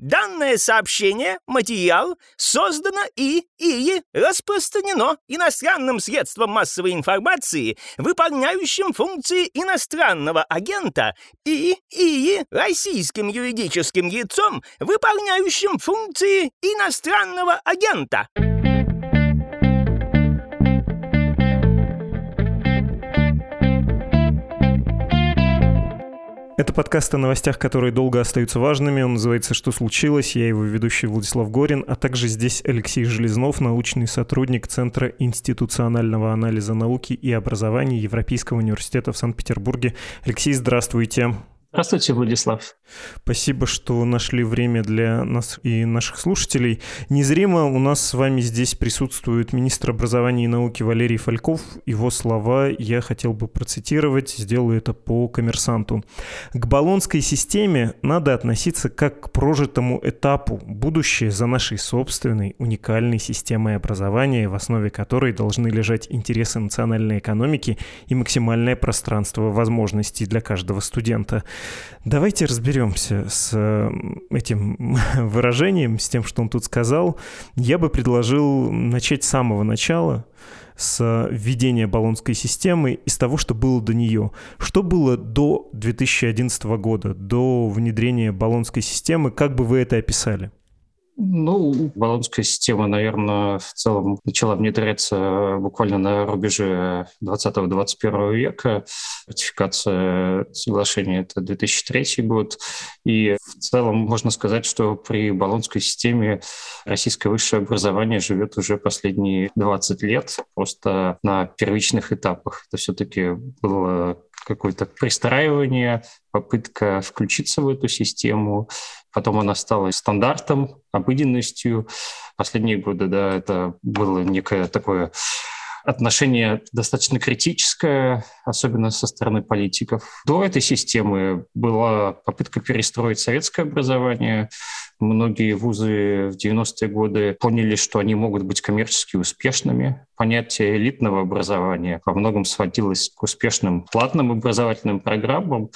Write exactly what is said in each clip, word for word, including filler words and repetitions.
Данное сообщение, материал, создано и или распространено иностранным средством массовой информации, выполняющим функции иностранного агента, и или российским юридическим лицом, выполняющим функции иностранного агента. Это подкаст о новостях, которые долго остаются важными. Он называется «Что случилось?». Я его ведущий Владислав Горин, а также здесь Алексей Железнов, научный сотрудник Центра институционального анализа науки и образования Европейского университета в Санкт-Петербурге. Алексей, здравствуйте. Здравствуйте, Владислав. Спасибо, что нашли время для нас и наших слушателей. Незримо у нас с вами здесь присутствует министр образования и науки Валерий Фальков. Его слова я хотел бы процитировать, сделаю это по «Коммерсанту». «К болонской системе надо относиться как к прожитому этапу. Будущее за нашей собственной уникальной системой образования, в основе которой должны лежать интересы национальной экономики и максимальное пространство возможностей для каждого студента». Давайте разберемся с этим выражением, с тем, что он тут сказал. Я бы предложил начать с самого начала, с введения болонской системы и с того, что было до нее. Что было до две тысячи одиннадцатого года, до внедрения болонской системы? Как бы вы это описали? Ну, болонская система, наверное, в целом начала внедряться буквально на рубеже двадцатого-двадцать первого века. Ратификация соглашения — это две тысячи третий год. И в целом можно сказать, что при болонской системе российское высшее образование живет уже последние двадцать лет, просто на первичных этапах. Это все-таки было какое-то пристраивание, попытка включиться в эту систему. Потом она стала стандартом, обыденностью. Последние годы, да, это было некое такое отношение достаточно критическое, особенно со стороны политиков. До этой системы была попытка перестроить советское образование. Многие вузы в девяностые годы поняли, что они могут быть коммерчески успешными. Понятие элитного образования во многом сводилось к успешным платным образовательным программам.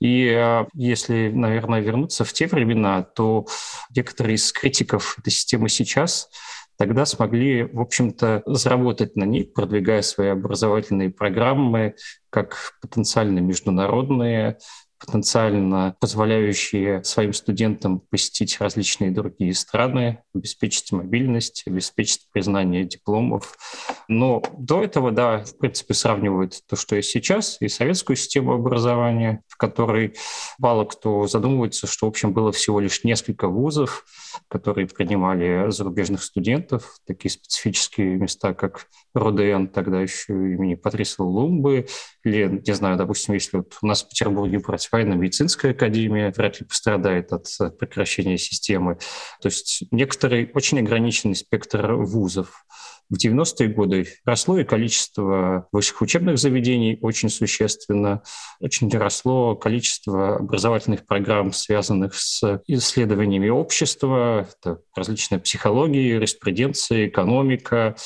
И если, наверное, вернуться в те времена, то некоторые из критиков этой системы сейчас тогда смогли, в общем-то, заработать на ней, продвигая свои образовательные программы как потенциально международные, потенциально позволяющие своим студентам посетить различные другие страны, обеспечить мобильность, обеспечить признание дипломов. Но до этого, да, в принципе, сравнивают то, что есть сейчас, и советскую систему образования, в которой мало кто задумывается, что, в общем, было всего лишь несколько вузов, которые принимали зарубежных студентов, такие специфические места, как РОДН, тогда еще имени Патриса Лумумбы, или, не знаю, допустим, если вот у нас в Петербурге брать военно-медицинская академия, вряд ли пострадает от прекращения системы. То есть некоторый очень ограниченный спектр вузов. В девяностые годы росло и количество высших учебных заведений очень существенно. Очень росло количество образовательных программ, связанных с исследованиями общества. Это различная психология, юриспруденция, экономика.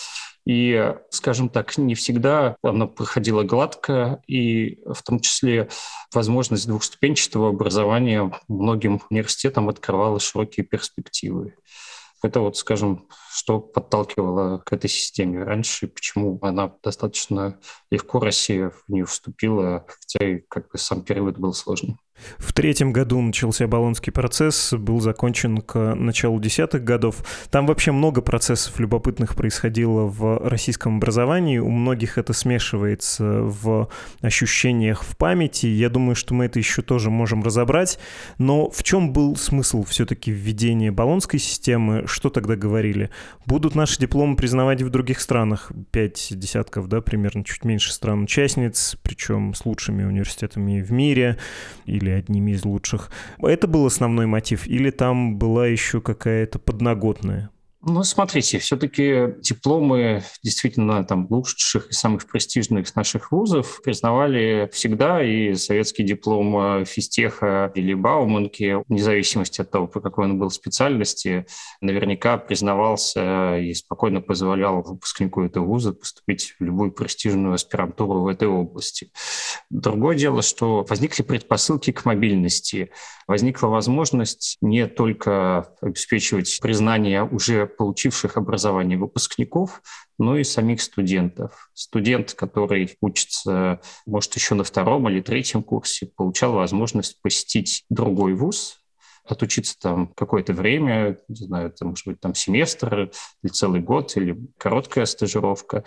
И, скажем так, не всегда она проходила гладко, и в том числе возможность двухступенчатого образования многим университетам открывала широкие перспективы. Это вот, скажем, что подталкивало к этой системе раньше, почему она достаточно легко, Россия в нее вступила, хотя и как бы сам период был сложный. В третьем году начался болонский процесс, был закончен к началу десятых годов. Там вообще много процессов любопытных происходило в российском образовании. У многих это смешивается в ощущениях, в памяти. Я думаю, что мы это еще тоже можем разобрать. Но в чем был смысл все-таки введения болонской системы? Что тогда говорили? Будут наши дипломы признавать и в других странах? Пять десятков, да, примерно, чуть меньше стран-участниц, причем с лучшими университетами в мире или одними из лучших. Это был основной мотив или там была еще какая-то подноготная? Ну, смотрите, все-таки дипломы действительно там лучших и самых престижных наших вузов признавали всегда, и советский диплом физтеха или Бауманки, вне зависимости от того, по какой он был специальности, наверняка признавался и спокойно позволял выпускнику этого вуза поступить в любую престижную аспирантуру в этой области. Другое дело, что возникли предпосылки к мобильности. Возникла возможность не только обеспечивать признание уже получивших образование выпускников, но и самих студентов. Студент, который учится, может, еще на втором или третьем курсе, получал возможность посетить другой вуз, отучиться там какое-то время, не знаю, это может быть там семестр или целый год, или короткая стажировка,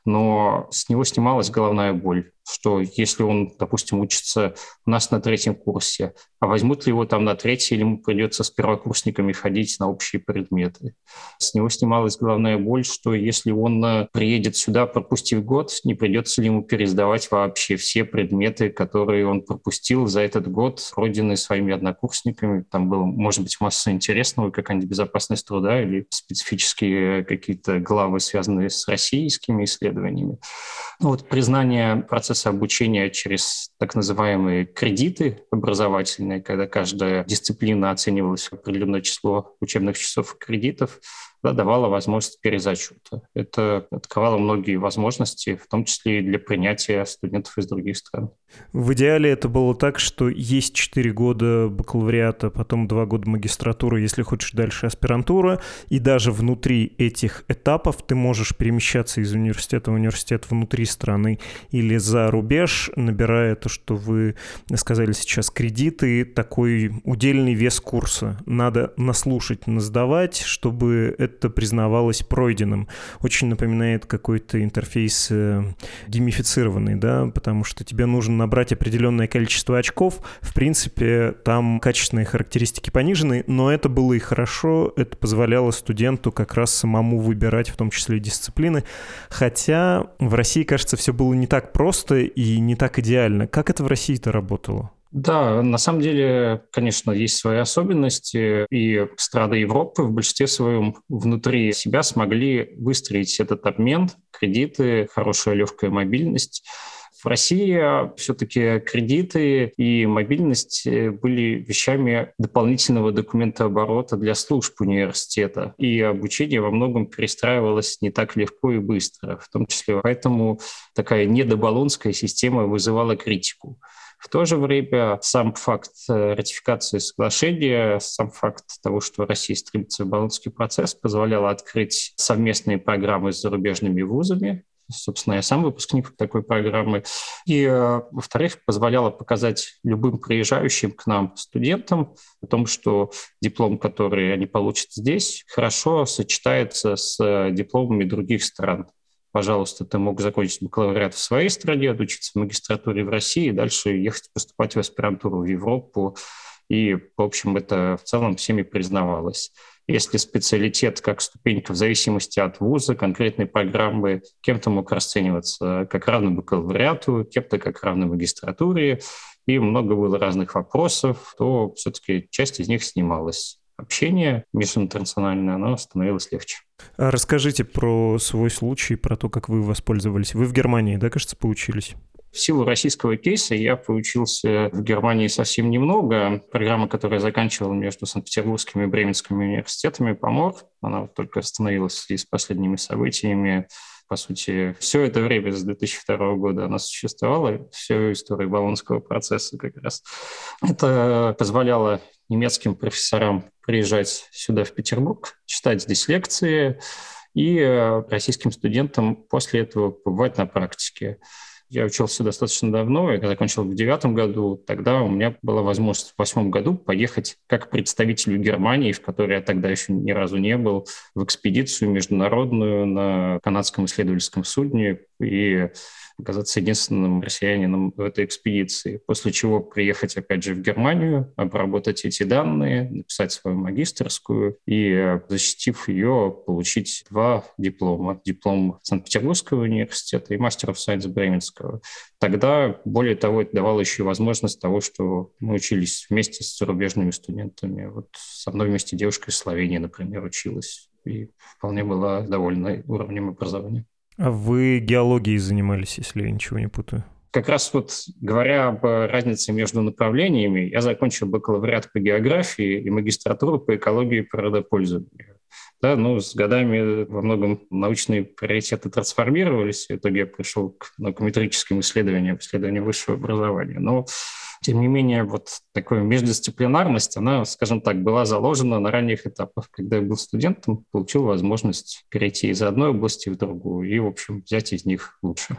но с него снималась головная боль, что если он, допустим, учится у нас на третьем курсе, а возьмут ли его там на третий, или ему придется с первокурсниками ходить на общие предметы. С него снималась головная боль, что если он приедет сюда, пропустив год, не придется ли ему пересдавать вообще все предметы, которые он пропустил за этот год с родиной, своими однокурсниками. Там было, может быть, масса интересного, какая-нибудь безопасность труда или специфические какие-то главы, связанные с российскими исследованиями. Вот признание процесса обучения через так называемые кредиты образовательные, когда каждая дисциплина оценивалась в определенное число учебных часов и кредитов, да, давала возможность перезачета. Это открывало многие возможности, в том числе и для принятия студентов из других стран. В идеале это было так, что есть четыре года бакалавриата, потом два года магистратуры, если хочешь дальше аспирантура, и даже внутри этих этапов ты можешь перемещаться из университета в университет внутри страны или за рубеж, набирая то, что вы сказали сейчас, кредиты, такой удельный вес курса. Надо наслушать, насдавать, чтобы это признавалось пройденным. Очень напоминает какой-то интерфейс э, геймифицированный, да, потому что тебе нужно набрать определенное количество очков. В принципе, там качественные характеристики понижены, но это было и хорошо, это позволяло студенту как раз самому выбирать, в том числе и дисциплины. Хотя в России, кажется, все было не так просто и не так идеально. Как это в России-то работало? Да, на самом деле, конечно, есть свои особенности, и страны Европы в большинстве своем внутри себя смогли выстроить этот обмен, кредиты, хорошая легкая мобильность. В России все-таки кредиты и мобильность были вещами дополнительного документооборота для служб университета, и обучение во многом перестраивалось не так легко и быстро, в том числе поэтому такая недоболонская система вызывала критику. В то же время сам факт ратификации соглашения, сам факт того, что Россия стремится в Болонский процесс, позволял открыть совместные программы с зарубежными вузами. Собственно, я сам выпускник такой программы. И, во-вторых, позволяло показать любым приезжающим к нам студентам о том, что диплом, который они получат здесь, хорошо сочетается с дипломами других стран. Пожалуйста, ты мог закончить бакалавриат в своей стране, отучиться в магистратуре в России, и дальше ехать поступать в аспирантуру в Европу. И, в общем, это в целом всеми признавалось. Если специалитет как ступенька в зависимости от вуза, конкретной программы, кем-то мог расцениваться как равный бакалавриату, кем-то как равный магистратуре, и много было разных вопросов, то все-таки часть из них снималась. Общение межинтернациональное, оно становилось легче. А расскажите про свой случай, про то, как вы воспользовались. Вы в Германии, да, кажется, поучились? В силу российского кейса я поучился в Германии совсем немного. Программа, которую я заканчивал между Санкт-Петербургским и Бременским университетами, ПАМОР, она вот только остановилась в связи с последними событиями. По сути, все это время с две тысячи второго года она существовала, всю историю Болонского процесса как раз. Это позволяло немецким профессорам приезжать сюда, в Петербург, читать здесь лекции, и российским студентам после этого побывать на практике. Я учился достаточно давно, я закончил в девятом году. Тогда у меня была возможность в восьмом году поехать как представителю Германии, в которой я тогда еще ни разу не был, в экспедицию международную на канадском исследовательском судне и оказаться единственным россиянином в этой экспедиции. После чего приехать опять же в Германию, обработать эти данные, написать свою магистерскую и, защитив ее, получить два диплома. Диплом Санкт-Петербургского университета и Master of Science Бременского. Тогда, более того, это давало еще возможность того, что мы учились вместе с зарубежными студентами. Вот со мной вместе девушка из Словении, например, училась. и вполне была довольна уровнем образования. А вы геологией занимались, если я ничего не путаю? Как раз вот говоря об разнице между направлениями, я закончил бакалавриат по географии и магистратуру по экологии и природопользованию. Да, ну, с годами во многом научные приоритеты трансформировались, в итоге я пришел к наукометрическим исследованиям, исследованию высшего образования. Но, тем не менее, вот такая междисциплинарность, она, скажем так, была заложена на ранних этапах. Когда я был студентом, получил возможность перейти из одной области в другую и, в общем, взять из них лучше.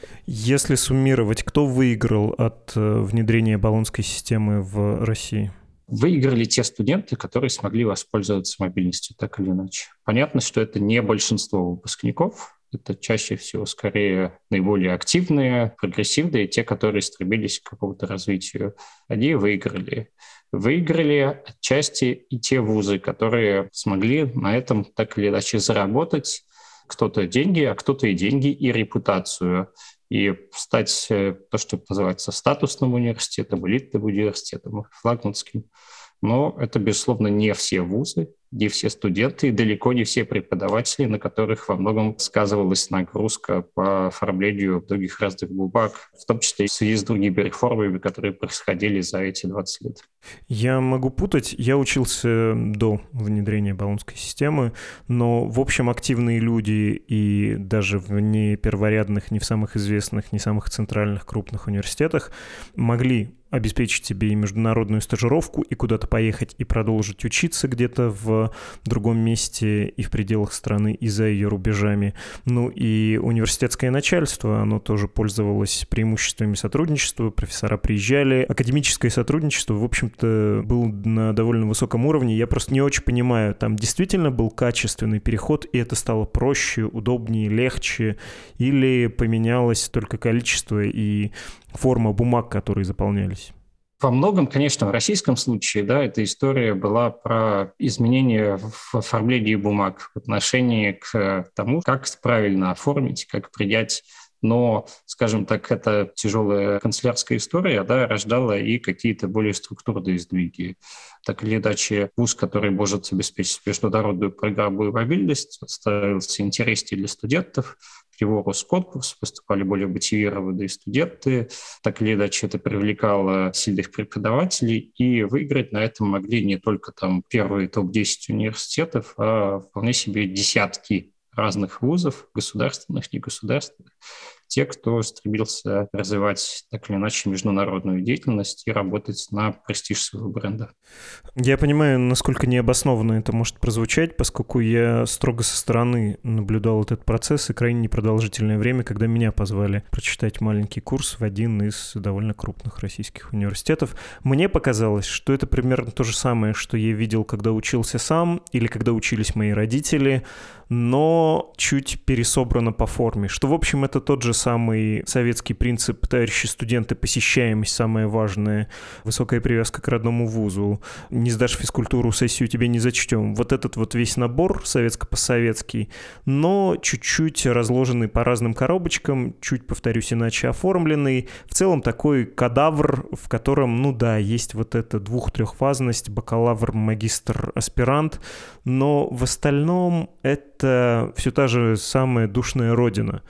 Если суммировать, кто выиграл от внедрения баллонской системы в России? Выиграли те студенты, которые смогли воспользоваться мобильностью так или иначе. Понятно, что это не большинство выпускников, это чаще всего скорее наиболее активные, прогрессивные, те, которые стремились к какому-то развитию. Они выиграли. Выиграли отчасти и те вузы, которые смогли на этом так или иначе заработать. Кто-то деньги, а кто-то и деньги, и репутацию. И стать то, что называется статусным университетом, элитным университетом, флагманским. Но это, безусловно, не все вузы, не все студенты, и далеко не все преподаватели, на которых во многом сказывалась нагрузка по оформлению других разных бумаг, в том числе и в связи с другими реформами, которые происходили за эти двадцать лет. Я могу путать. Я учился до внедрения баллонской системы, но, в общем, активные люди и даже в не перворядных, не в самых известных, не самых центральных крупных университетах могли обеспечить себе и международную стажировку, и куда-то поехать, и продолжить учиться где-то в другом месте и в пределах страны, и за ее рубежами. Ну и университетское начальство, оно тоже пользовалось преимуществами сотрудничества, профессора приезжали. Академическое сотрудничество, в общем-то, было на довольно высоком уровне. Я просто не очень понимаю, там действительно был качественный переход, и это стало проще, удобнее, легче, или поменялось только количество и форма бумаг, которые заполнялись? Во многом, конечно, в российском случае, да, эта история была про изменения в оформлении бумаг в отношении к тому, как правильно оформить, как принять. Но, скажем так, эта тяжелая канцелярская история, да, рождала и какие-то более структурные сдвиги. Так или иначе, вуз, который может обеспечить международную программу и мобильность, становился интереснее для студентов. В его Росконкурс поступали более мотивированные студенты. Так или иначе, это привлекало сильных преподавателей, и выиграть на этом могли не только там первые топ десять университетов, а вполне себе десятки разных вузов, государственных, негосударственных, те, кто стремился развивать так или иначе международную деятельность и работать на престиж своего бренда. Я понимаю, насколько необоснованно это может прозвучать, поскольку я строго со стороны наблюдал этот процесс и крайне непродолжительное время, когда меня позвали прочитать маленький курс в один из довольно крупных российских университетов. Мне показалось, что это примерно то же самое, что я видел, когда учился сам или когда учились мои родители, но чуть пересобрано по форме, что, в общем, это тот же самый советский принцип «товарищи студенты, посещаемость самое важное», высокая привязка к родному вузу, не сдашь физкультуру, сессию тебе не зачтем. Вот этот вот весь набор советско-посоветский, но чуть-чуть разложенный по разным коробочкам, чуть, повторюсь, иначе оформленный. В целом такой кадавр, в котором, ну да, есть вот эта двух-трехфазность, бакалавр, магистр, аспирант, но в остальном это все та же самая душная родина.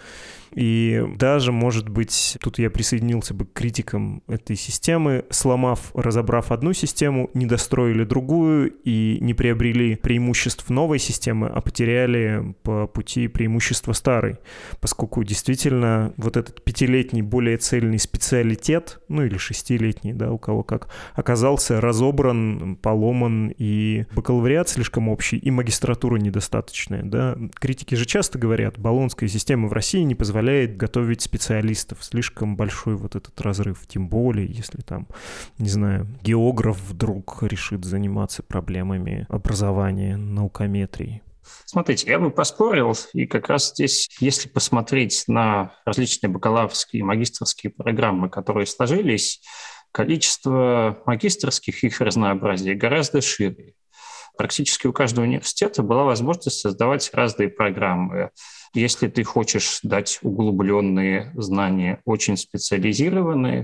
И даже, может быть, тут я присоединился бы к критикам этой системы, сломав, разобрав одну систему, не достроили другую и не приобрели преимуществ новой системы, а потеряли по пути преимущества старой, поскольку действительно вот этот пятилетний более цельный специалитет, ну или шестилетний, да, у кого как, оказался разобран, поломан, и бакалавриат слишком общий, и магистратура недостаточная, да. Критики же часто говорят, баллонская система в России не позволяет готовить специалистов. Слишком большой вот этот разрыв. Тем более, если там, не знаю, географ вдруг решит заниматься проблемами образования, наукометрии. Смотрите, я бы поспорил, и как раз здесь, если посмотреть на различные бакалаврские и магистерские программы, которые сложились, количество магистерских, их разнообразие гораздо шире. Практически у каждого университета была возможность создавать разные программы. Если ты хочешь дать углубленные знания, очень специализированные,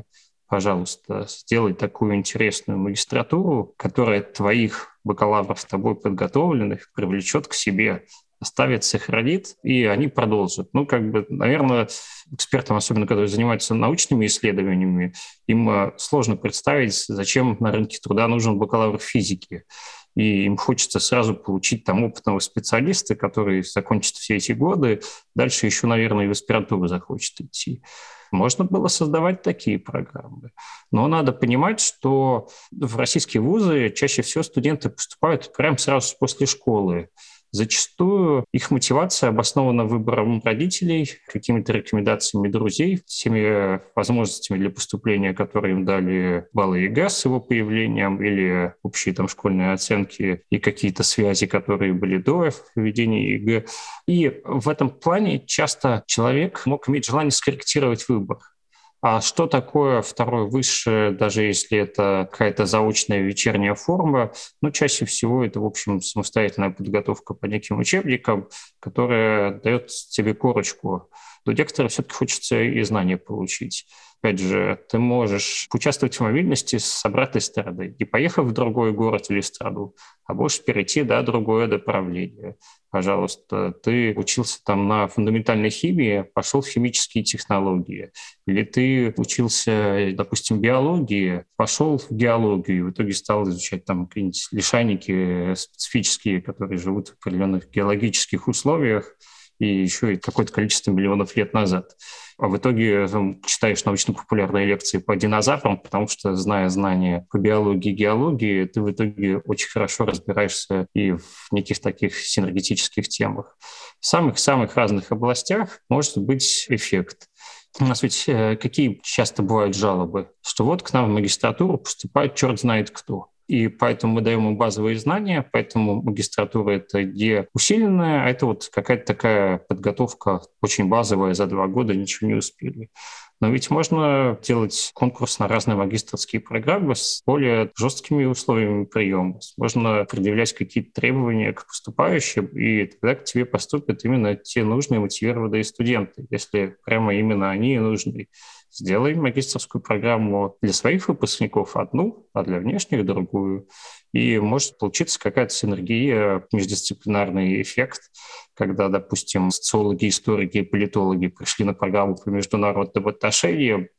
пожалуйста, сделай такую интересную магистратуру, которая твоих бакалавров с тобой подготовленных привлечет к себе, оставит, сохранит, и они продолжат. Ну, как бы, наверное, экспертам, особенно которые занимаются научными исследованиями, им сложно представить, зачем на рынке труда нужен бакалавр физики. И им хочется сразу получить там опытного специалиста, который закончит все эти годы, дальше еще, наверное, и в аспирантуру захочет идти. Можно было создавать такие программы. Но надо понимать, что в российские вузы чаще всего студенты поступают прямо сразу после школы. Зачастую их мотивация обоснована выбором родителей, какими-то рекомендациями друзей, теми возможностями для поступления, которые им дали баллы ЕГЭ с его появлением, или общие там школьные оценки и какие-то связи, которые были до введения ЕГЭ. И в этом плане часто человек мог иметь желание скорректировать выбор. А что такое второе высшее, даже если это какая-то заочная вечерняя форма? Ну, чаще всего это, в общем, самостоятельная подготовка по неким учебникам, которая дает тебе корочку. У директора все-таки хочется и знания получить. Опять же, ты можешь участвовать в мобильности с обратной стороны, не поехав в другой город или страну, а можешь перейти до другое направление. Пожалуйста, ты учился там на фундаментальной химии, пошел в химические технологии. Или ты учился, допустим, биологии, пошел в геологию, и в итоге стал изучать там какие-нибудь лишайники специфические, которые живут в определенных геологических условиях, и еще и какое-то количество миллионов лет назад. А в итоге там, читаешь научно-популярные лекции по динозаврам, потому что, зная знания по биологии и геологии, ты в итоге очень хорошо разбираешься и в неких таких синергетических темах. В самых-самых разных областях может быть эффект. У нас ведь какие часто бывают жалобы? Что вот к нам в магистратуру поступает черт знает кто. И поэтому мы даем им базовые знания, поэтому магистратура — это не усиленная, а это вот какая-то такая подготовка очень базовая, за два года ничего не успели. Но ведь можно делать конкурс на разные магистерские программы с более жесткими условиями приема. Можно предъявлять какие-то требования к поступающим, и тогда к тебе поступят именно те нужные, мотивированные студенты, если прямо именно они и нужны. Сделаем магистерскую программу для своих выпускников одну, а для внешних другую. И может получиться какая-то синергия, междисциплинарный эффект, когда, допустим, социологи, историки, политологи пришли на программу по международным отношениям,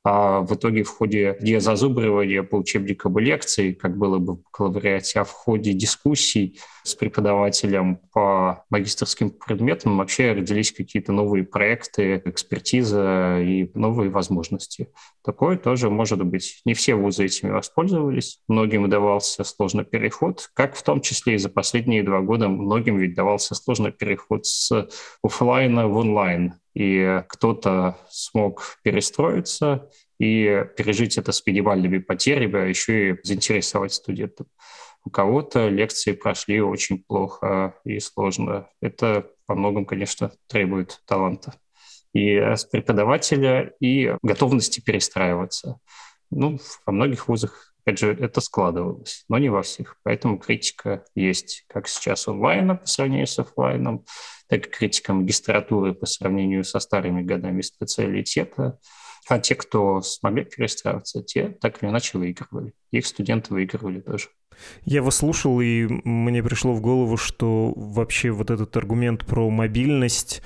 а в итоге в ходе не зазубривания по учебникам и лекций, как было бы в бакалавриате, а в ходе дискуссий с преподавателем по магистерским предметам вообще родились какие-то новые проекты, экспертиза и новые возможности. Такое тоже может быть. Не все вузы этими воспользовались, многим давался сложный переход, как в том числе и за последние два года многим ведь давался сложный переход с офлайна в онлайн. И кто-то смог перестроиться и пережить это с минимальными потерями, а еще и заинтересовать студентов. У кого-то лекции прошли очень плохо и сложно. Это во многом, конечно, требует таланта и с преподавателя, и готовности перестраиваться. Ну, во многих вузах, опять же, это складывалось, но не во всех. Поэтому критика есть как сейчас онлайна по сравнению с офлайном, так и критика магистратуры по сравнению со старыми годами специалитета. А те, кто смогли перестраиваться, те так или иначе выигрывали. Их студенты выигрывали тоже. Я вас слушал, и мне пришло в голову, что вообще вот этот аргумент про мобильность,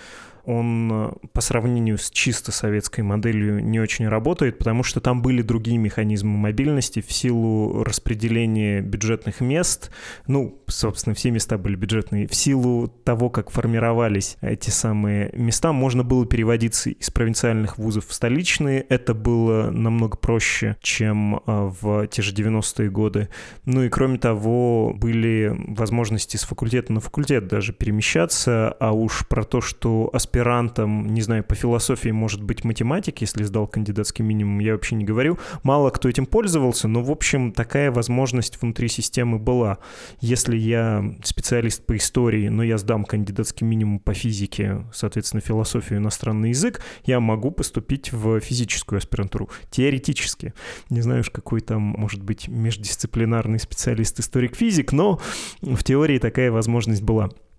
он по сравнению с чисто советской моделью не очень работает, потому что там были другие механизмы мобильности в силу распределения бюджетных мест. Ну, собственно, все места были бюджетные. В силу того, как формировались эти самые места, можно было переводиться из провинциальных вузов в столичные. Это было намного проще, чем в те же девяностые годы. Ну и кроме того, были возможности с факультета на факультет даже перемещаться, а уж про то, что аспирантом, не знаю, по философии может быть математик, если сдал кандидатский минимум, я вообще не говорю. Мало кто этим пользовался, но, в общем, такая возможность внутри системы была. Если я специалист по истории, но я сдам кандидатский минимум по физике, соответственно, философию, иностранный язык, я могу поступить в физическую аспирантуру. Теоретически. Не знаю уж, какой там, может быть, междисциплинарный специалист историк-физик, но в теории такая возможность была.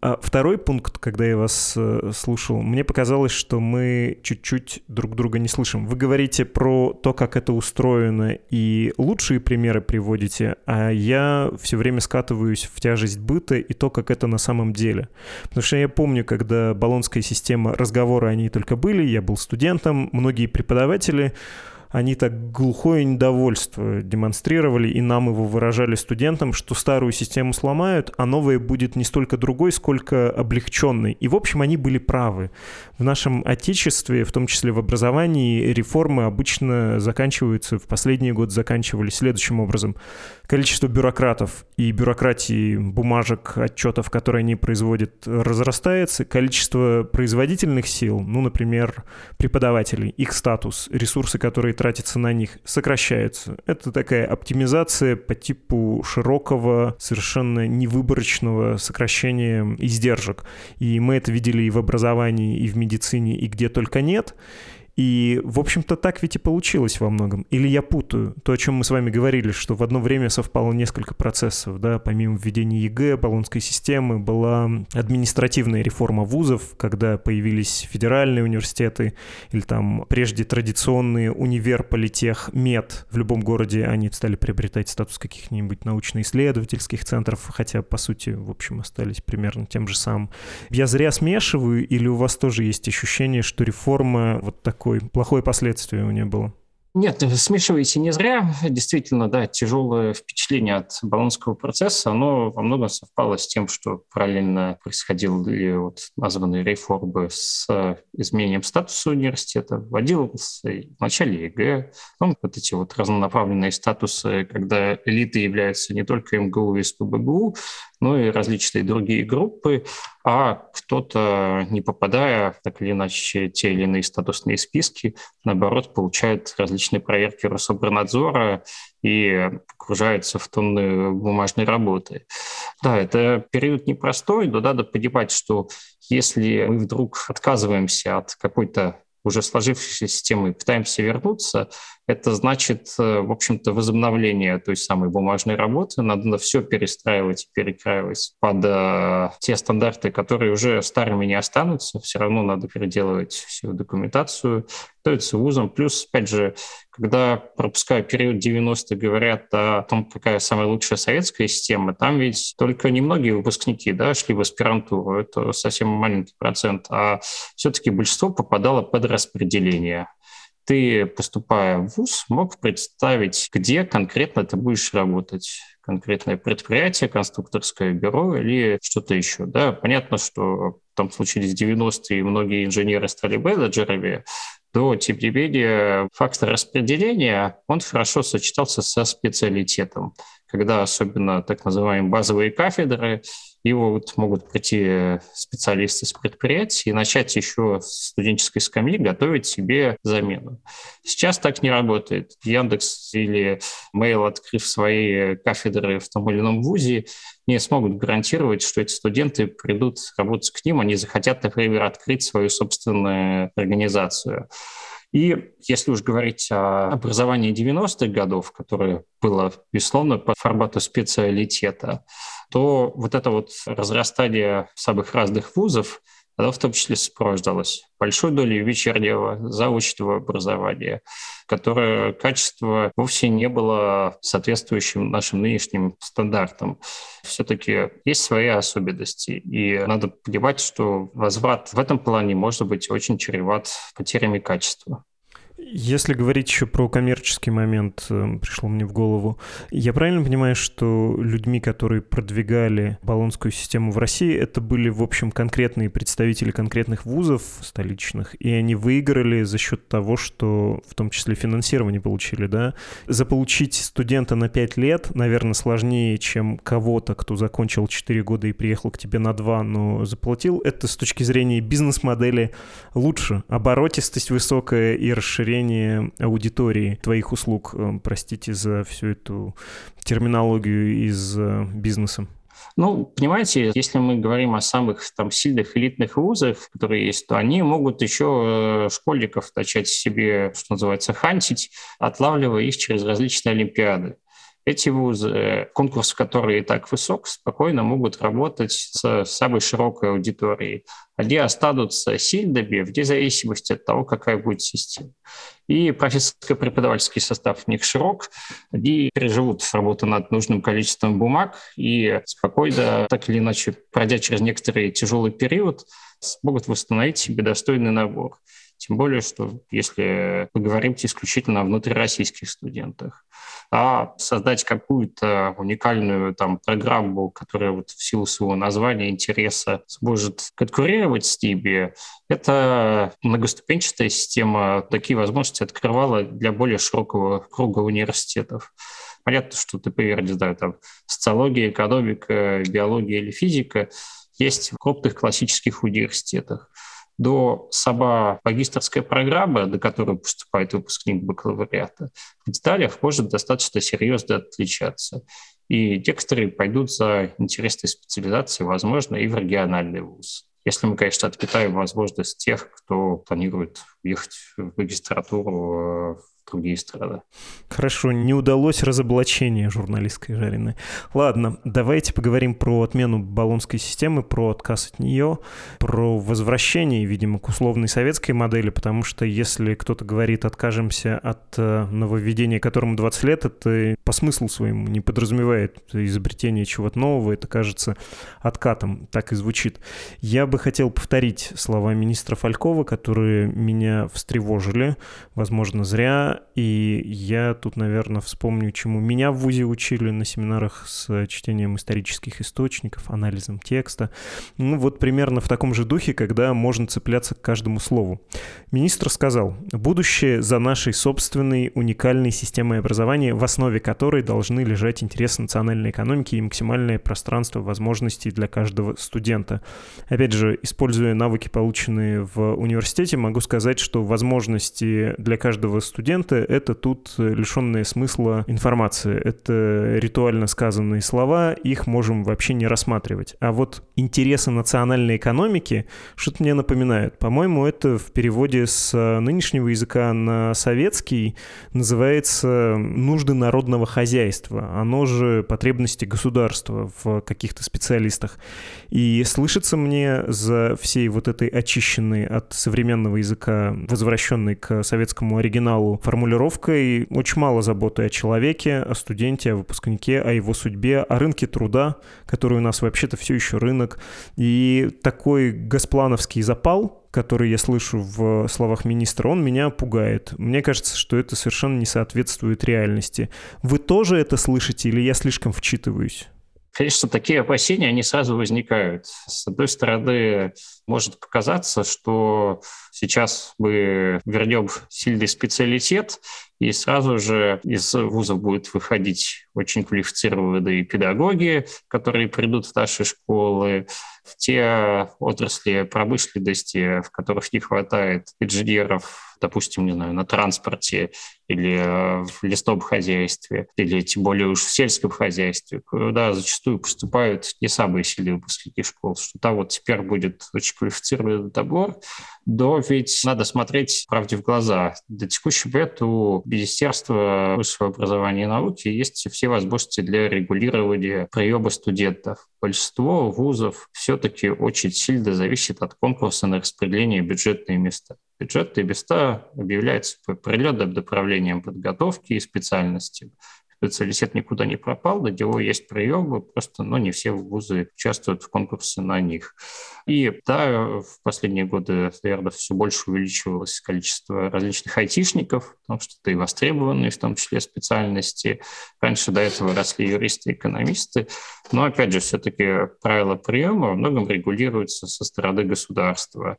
А второй пункт, когда я вас э, слушал, мне показалось, что мы чуть-чуть друг друга не слышим. Вы говорите про то, как это устроено, и лучшие примеры приводите, а я все время скатываюсь в тяжесть быта и то, как это на самом деле. Потому что я помню, когда болонская система, разговоры о ней только были, я был студентом, многие преподаватели, они так глухое недовольство демонстрировали, и нам его выражали студентам, что старую систему сломают, а новая будет не столько другой, сколько облегченной. И, в общем, они были правы. В нашем Отечестве, в том числе в образовании, реформы обычно заканчиваются, в последние годы заканчивались следующим образом. Количество бюрократов и бюрократии бумажек, отчетов, которые они производят, разрастается. Количество производительных сил, ну, например, преподавателей, их статус, ресурсы, которые тратятся на них, сокращаются. Это такая оптимизация по типу широкого, совершенно невыборочного сокращения издержек. И мы это видели и в образовании, и в медицине, и где только нет. И, в общем-то, так ведь и получилось во многом. Или я путаю то, о чем мы с вами говорили, что в одно время совпало несколько процессов, да, помимо введения ЕГЭ, болонской системы, была административная реформа вузов, когда появились федеральные университеты, или там прежде традиционные универ, политех, мед. В любом городе они стали приобретать статус каких-нибудь научно-исследовательских центров, хотя, по сути, в общем, остались примерно тем же самым. Я зря смешиваю, или у вас тоже есть ощущение, что реформа вот такая, какое плохое последствие у нее было? Нет, смешиваете не зря. Действительно, да, тяжелое впечатление от болонского процесса, оно во многом совпало с тем, что параллельно происходили вот названные реформы с изменением статуса университета. Вводился вначале ЕГЭ, потом вот эти вот разнонаправленные статусы, когда элиты являются не только МГУ и СПбГУ, но и различные другие группы, а кто-то, не попадая так или иначе те или иные статусные списки, наоборот, получает различные проверки Рособорнадзора и погружается в тонны бумажной работы. Да, это период непростой, но надо понимать, что если мы вдруг отказываемся от какой-то уже сложившейся системы и пытаемся вернуться, это значит, в общем-то, возобновление той самой бумажной работы. Надо все перестраивать и перекраивать под э, те стандарты, которые уже старыми не останутся. Все равно надо переделывать всю документацию, готовиться вузом. Плюс, опять же, когда, пропуская период девяностых, говорят о том, какая самая лучшая советская система, там ведь только немногие выпускники, да, шли в аспирантуру. Это совсем маленький процент. А все-таки большинство попадало под распределение. Ты, поступая в вуз, мог представить, где конкретно ты будешь работать. Конкретное предприятие, конструкторское бюро или что-то еще. Да, понятно, что там случились девяностые, и многие инженеры стали менеджерами, то, тем не менее, фактор распределения, он хорошо сочетался со специалитетом, когда особенно так называемые базовые кафедры, его вот могут прийти специалисты с предприятий и начать еще с студенческой скамьи готовить себе замену. Сейчас так не работает. Яндекс или Mail, открыв свои кафедры в том или ином вузе, не смогут гарантировать, что эти студенты придут работать к ним, они захотят, например, открыть свою собственную организацию. И если уж говорить о образовании девяностых годов, которое было, безусловно, по формату специалитета, то вот это вот разрастание самых разных вузов, оно в том числе сопровождалось большой долей вечернего заочного образования, которое качество вовсе не было соответствующим нашим нынешним стандартам. Все-таки есть свои особенности, и надо понимать, что возврат в этом плане может быть очень чреват потерями качества. Если говорить еще про коммерческий момент, пришло мне в голову, я правильно понимаю, что людьми, которые продвигали болонскую систему в России, это были, в общем, конкретные представители конкретных вузов столичных, и они выиграли за счет того, что в том числе финансирование получили, да? Заполучить студента на пять лет, наверное, сложнее, чем кого-то, кто закончил четыре года и приехал к тебе на два, но заплатил. Это с точки зрения бизнес-модели лучше. Оборотистость высокая и расширение аудитории твоих услуг. Простите за всю эту терминологию из бизнеса. Ну, понимаете, если мы говорим о самых там сильных элитных вузах, которые есть, то они могут еще школьников начать себе, что называется, хантить, отлавливая их через различные олимпиады. Эти вузы, конкурс, который и так высок, спокойно могут работать с самой широкой аудиторией. Они останутся сильными вне зависимости от того, какая будет система. И профессорско-преподавательский состав в них широк, они переживут работу над нужным количеством бумаг и спокойно, так или иначе, пройдя через некоторый тяжелый период, смогут восстановить себе достойный набор. Тем более, что если вы говорите исключительно о внутрироссийских студентах, а создать какую-то уникальную там программу, которая вот в силу своего названия, интереса сможет конкурировать с ними, это многоступенчатая система такие возможности открывала для более широкого круга университетов. Понятно, что, например, не знаю, там социология, экономика, биология или физика есть в крупных классических университетах. До сама магистерская программа, до которой поступает выпускник бакалавриата, в деталях может достаточно серьезно отличаться. И некоторые пойдут за интересной специализацией, возможно, и в региональный вуз. Если мы, конечно, отметаем возможность тех, кто планирует ехать в магистратуру в другие страны. Хорошо, не удалось разоблачение журналистской жареной. Ладно, давайте поговорим про отмену Болонской системы, про отказ от нее, про возвращение, видимо, к условной советской модели, потому что если кто-то говорит «откажемся от нововведения, которому двадцать лет», это по смыслу своему не подразумевает изобретение чего-то нового, это кажется откатом, так и звучит. Я бы хотел повторить слова министра Фалькова, которые меня встревожили, возможно, зря. И я тут, наверное, вспомню, чему меня в вузе учили на семинарах с чтением исторических источников, анализом текста. Ну, вот примерно в таком же духе, когда можно цепляться к каждому слову. Министр сказал: «Будущее за нашей собственной уникальной системой образования, в основе которой должны лежать интересы национальной экономики и максимальное пространство возможностей для каждого студента». Опять же, используя навыки, полученные в университете, могу сказать, что возможности для каждого студента — это тут лишенная смысла информация. Это ритуально сказанные слова, их можем вообще не рассматривать. А вот интересы национальной экономики что-то мне напоминают. По-моему, это в переводе с нынешнего языка на советский называется «нужды народного хозяйства». Оно же потребности государства в каких-то специалистах. И слышится мне за всей вот этой очищенной от современного языка, возвращенной к советскому оригиналу формулировкой очень мало заботы о человеке, о студенте, о выпускнике, о его судьбе, о рынке труда, который у нас вообще-то все еще рынок. И такой госплановский запал, который я слышу в словах министра, он меня пугает. Мне кажется, что это совершенно не соответствует реальности. Вы тоже это слышите или я слишком вчитываюсь? Конечно, такие опасения, они сразу возникают. С одной стороны, может показаться, что сейчас мы вернем сильный специалитет, и сразу же из вузов будут выходить очень квалифицированные педагоги, которые придут в наши школы, в те отрасли промышленности, в которых не хватает инженеров, допустим, не знаю, на транспорте или в лесном хозяйстве, или тем более уж в сельском хозяйстве, куда зачастую поступают не самые сильные выпускники школ, что там вот теперь будет очень квалифицированный набор. Но ведь надо смотреть правде в глаза. До текущего момента у Министерства высшего образования и науки есть все возможности для регулирования приема студентов. Большинство вузов все-таки очень сильно зависит от конкурса на распределение бюджетные места. Бюджетные места объявляются по определенным направлениям подготовки и специальности. Специалитет никуда не пропал, на него есть приемы, просто ну, не все вузы участвуют в конкурсе на них. И да, в последние годы, наверное, все больше увеличивалось количество различных айтишников, потому что это и востребованные, в том числе, специальности. Раньше до этого росли юристы и экономисты. Но, опять же, все-таки правила приема во многом регулируются со стороны государства.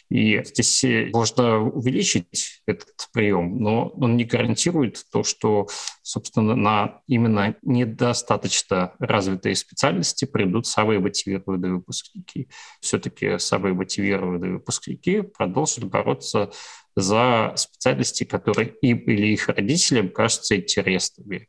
И здесь можно увеличить этот прием, но он не гарантирует то, что, собственно, на именно недостаточно развитые специальности придут самые мотивированные выпускники. Все-таки самые мотивированные выпускники продолжат бороться за специальности, которые им или их родителям кажутся интересными.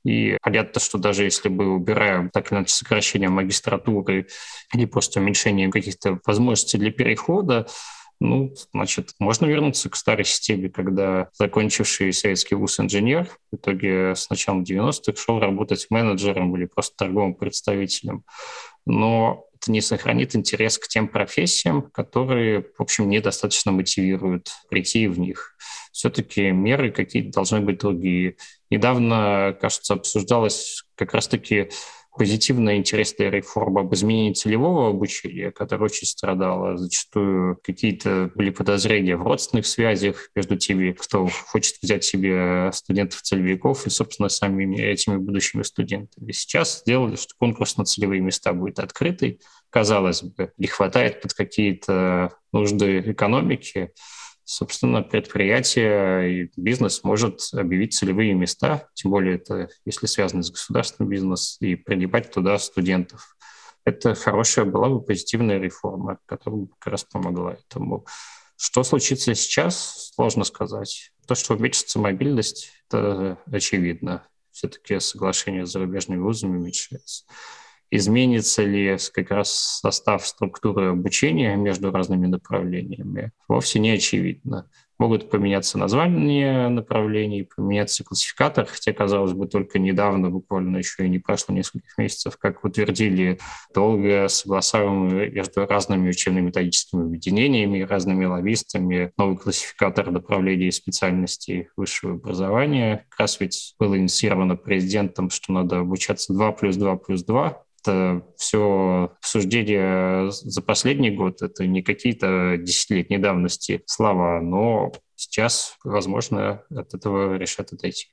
И понятно, что даже если мы убираем так или иначе сокращение магистратуры или просто уменьшение каких-то возможностей для перехода, Ну, значит, можно вернуться к старой системе, когда закончивший советский вуз инженер в итоге с начала девяностых шел работать менеджером или просто торговым представителем. Но это не сохранит интерес к тем профессиям, которые, в общем, недостаточно мотивируют прийти в них. Все-таки меры какие-то должны быть другие. Недавно, кажется, обсуждалось как раз-таки позитивная интересная реформа об изменении целевого обучения, которая очень страдала. Зачастую какие-то были подозрения в родственных связях между теми, кто хочет взять себе студентов-целевиков и, собственно, самими этими будущими студентами. Сейчас сделали, что конкурс на целевые места будет открытый. Казалось бы, не хватает под какие-то нужды экономики. Собственно, предприятие и бизнес может объявить целевые места, тем более это, если связано с государственным бизнесом, и принимать туда студентов. Это хорошая была бы позитивная реформа, которая бы как раз помогла этому. Что случится сейчас, сложно сказать. То, что уменьшится мобильность, это очевидно. Все-таки соглашение с зарубежными вузами уменьшается. Изменится ли как раз состав структуры обучения между разными направлениями, вовсе не очевидно. Могут поменяться названия направлений, поменяться классификатор, хотя, казалось бы, только недавно, буквально еще и не прошло нескольких месяцев, как утвердили долго согласованные между разными учебно-методическими объединениями, разными лоббистами новый классификатор направлений и специальностей высшего образования. Как раз ведь было инициировано президентом, что надо обучаться два плюс два плюс два. Это все обсуждения за последний год, это не какие-то десятилетней давности слова, но сейчас, возможно, от этого решат отойти.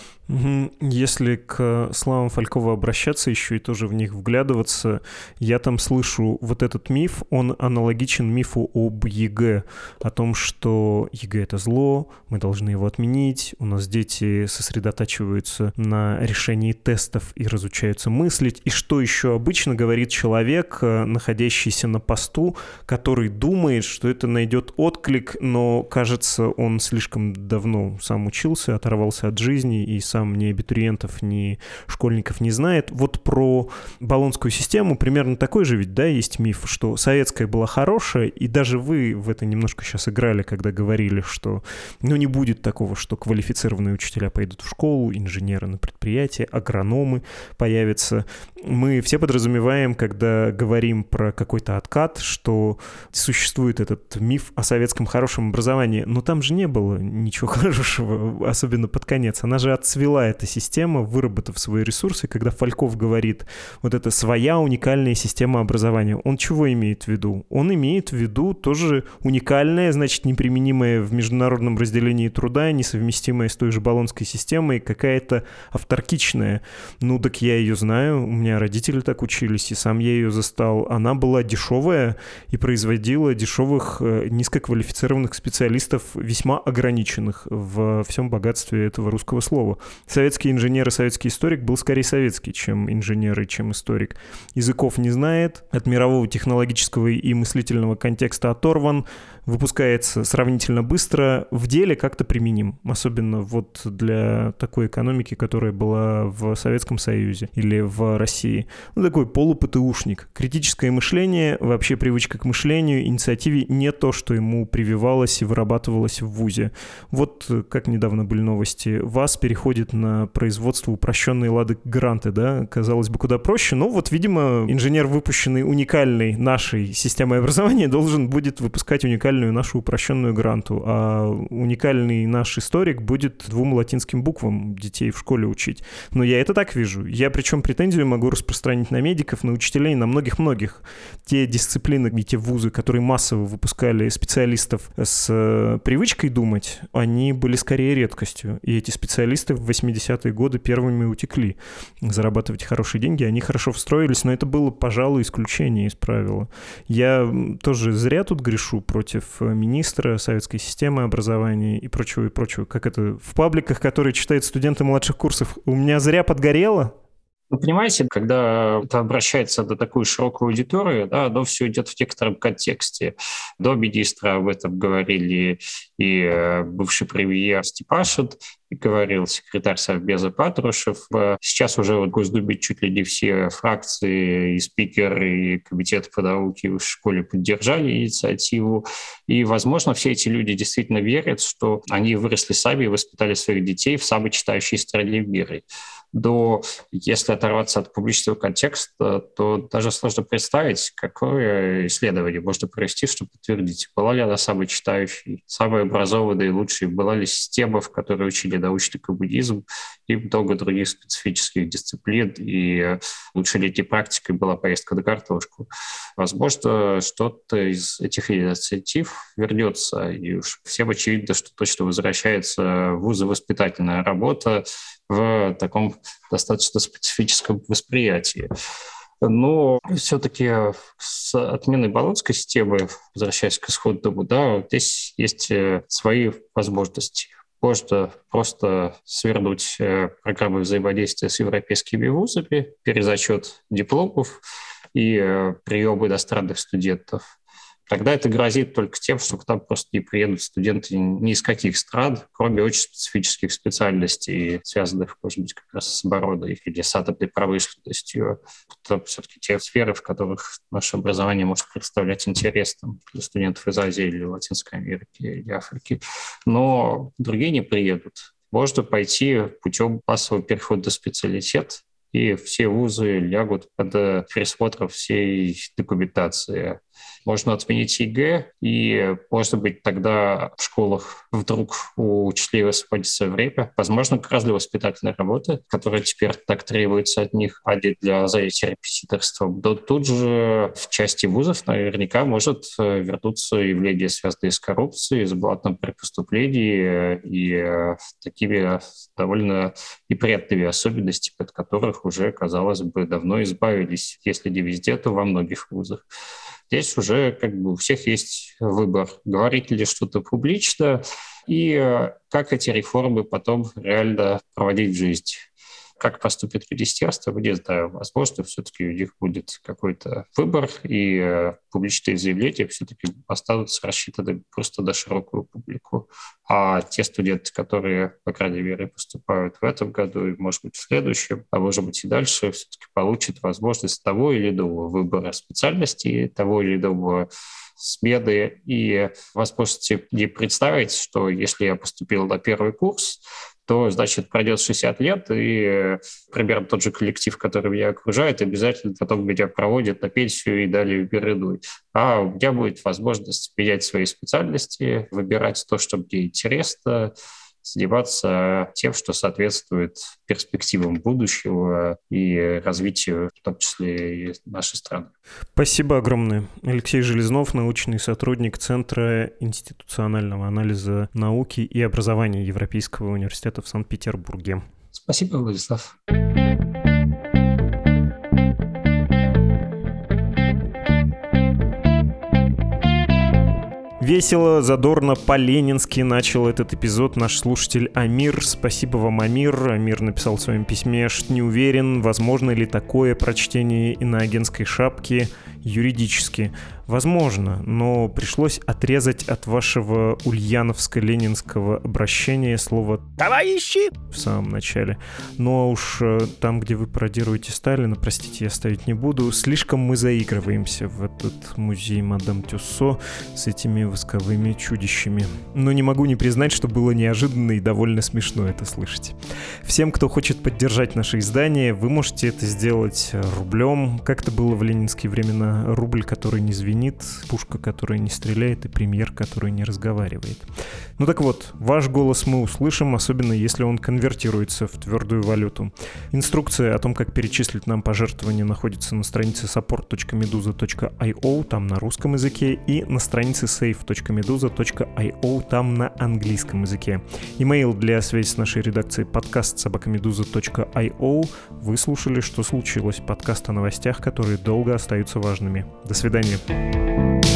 Если к словам Фалькова обращаться еще и тоже в них вглядываться, я там слышу вот этот миф, он аналогичен мифу об ЕГЭ, о том, что ЕГЭ — это зло, мы должны его отменить, у нас дети сосредотачиваются на решении тестов и разучаются мыслить. И что еще обычно говорит человек, находящийся на посту, который думает, что это найдет отклик, но, кажется, он слишком давно сам учился, оторвался от жизни и сам ни абитуриентов, ни школьников не знает. Вот про болонскую систему примерно такой же ведь, да, есть миф, что советская была хорошая, и даже вы в это немножко сейчас играли, когда говорили, что ну не будет такого, что квалифицированные учителя пойдут в школу, инженеры на предприятие, агрономы появятся. Мы все подразумеваем, когда говорим про какой-то откат, что существует этот миф о советском хорошем образовании, но там же не было ничего хорошего, особенно под конец. Она же отцвела, эта система, выработав свои ресурсы. Когда Фальков говорит, вот это своя уникальная система образования, он чего имеет в виду? Он имеет в виду тоже уникальная, значит, неприменимая в международном разделении труда, несовместимая с той же болонской системой, какая-то авторкичная. Ну, так я ее знаю, у меня родители так учились, и сам я ее застал. Она была дешевая и производила дешевых низкоквалифицированных специалистов, весьма ограниченных в всем богатстве этого русского слова. Советский инженер и советский историк был скорее советский, чем инженер и чем историк. Языков не знает, от мирового технологического и мыслительного контекста оторван, выпускается сравнительно быстро, в деле как-то применим, особенно вот для такой экономики, которая была в Советском Союзе или в России. Ну, такой полупэтушник. Критическое мышление, вообще привычка к мышлению, инициативе не то, что ему прививалось и вырабатывалось в вузе. Вот как недавно были новости, ВАЗ переходит на производство упрощенной лады гранты, да, казалось бы, куда проще, но вот, видимо, инженер, выпущенный уникальной нашей системой образования, должен будет выпускать уникальную нашу упрощенную гранту, а уникальный наш историк будет двум латинским буквам детей в школе учить. Но я это так вижу. Я причем претензию могу распространить на медиков, на учителей, на многих-многих. Те дисциплины и те вузы, которые массово выпускали специалистов с привычкой думать, они были скорее редкостью. И эти специалисты в восьмидесятые годы первыми утекли зарабатывать хорошие деньги. Они хорошо встроились, но это было, пожалуй, исключение из правила. Я тоже зря тут грешу против министра советской системы образования и прочего, и прочего. Как это в пабликах, которые читают студенты младших курсов, у меня зря подгорело? Вы понимаете, когда это обращается до такой широкой аудитории, да, оно все идет в некотором контексте. До министра об этом говорили и бывший премьер Степашин, говорил секретарь Совбеза Патрушев. Сейчас уже в Госдуме чуть ли не все фракции, и спикер, и комитет по науке в школе поддержали инициативу. И, возможно, все эти люди действительно верят, что они выросли сами и воспитали своих детей в самой читающей стране в мире. До, если оторваться от публичного контекста, то даже сложно представить, какое исследование можно провести, чтобы подтвердить, была ли она самой читающей, самой образованной и лучшей, была ли система, в которой учили научный коммунизм и много других специфических дисциплин, и лучшей летней практикой была поездка на картошку. Возможно, что-то из этих инициатив вернется, и уж всем очевидно, что точно возвращается в вузы воспитательная работа, в таком достаточно специфическом восприятии. Но все-таки с отменой Болонской системы, возвращаясь к исходному, да, здесь есть свои возможности. Можно просто свернуть программы взаимодействия с европейскими вузами, перезачет дипломов и прием иностранных студентов. Тогда это грозит только тем, что к нам просто не приедут студенты ни из каких стран, кроме очень специфических специальностей, связанных, может быть, как раз с обороной или с атомной промышленностью. Это все-таки те сферы, в которых наше образование может представлять интерес там, для студентов из Азии или Латинской Америки или Африки. Но другие не приедут. Можно пойти путем массового перехода в специалитет, и все вузы лягут под пересмотр всей документации. Можно отменить ЕГЭ, и, может быть, тогда в школах вдруг у учителей высвободится время, возможно, как раз для воспитательной работы, которая теперь так требуется от них, а не для занятия репетиторством. Но тут же в части вузов наверняка может вернуться явление, связанное с коррупцией, с блатом при поступлении и такими довольно неприятными особенностями, от которых уже, казалось бы, давно избавились, если не везде, то во многих вузах. Здесь уже как бы у всех есть выбор, говорить ли что-то публично и как эти реформы потом реально проводить в жизнь. Как поступит министерство, не знаю. Возможно, все-таки у них будет какой-то выбор, и публичные заявления все-таки останутся рассчитаны просто на широкую публику. А те студенты, которые, по крайней мере, поступают в этом году и, может быть, в следующем, а может быть и дальше, все-таки получат возможность того или иного выбора специальности, того или иного смены и возможности не представить, что если я поступил на первый курс, то, значит, пройдет шестьдесят лет, и примерно тот же коллектив, который меня окружает, обязательно потом меня проводит на пенсию и далее в мир иной. А у меня будет возможность менять свои специальности, выбирать то, что мне интересно, заниматься тем, что соответствует перспективам будущего и развитию, в том числе и нашей страны. Спасибо огромное. Алексей Железнов, научный сотрудник Центра институционального анализа науки и образования Европейского университета в Санкт-Петербурге. Спасибо, Владислав. Весело, задорно, по-ленински начал этот эпизод наш слушатель Амир. Спасибо вам, Амир. Амир написал в своем письме, что не уверен, возможно ли такое прочтение иноагентской шапки юридически. Возможно, но пришлось отрезать от вашего ульяновско-ленинского обращения слово «товарищи» в самом начале. Но уж там, где вы пародируете Сталина, простите, я ставить не буду, слишком мы заигрываемся в этот музей Мадам Тюссо с этими восковыми чудищами. Но не могу не признать, что было неожиданно и довольно смешно это слышать. Всем, кто хочет поддержать наше издание, вы можете это сделать рублем, как это было в ленинские времена. Рубль, который не звенит, пушка, которая не стреляет, и премьер, который не разговаривает. Ну так вот, ваш голос мы услышим, особенно если он конвертируется в твердую валюту. Инструкция о том, как перечислить нам пожертвования, находится на странице support точка meduza точка io, там на русском языке, и на странице save точка meduza точка io, там на английском языке. Имейл для связи с нашей редакцией подкаст собака медуза точка io. Вы слушали «Что случилось?» Подкаст о новостях, которые долго остаются важными. До свидания.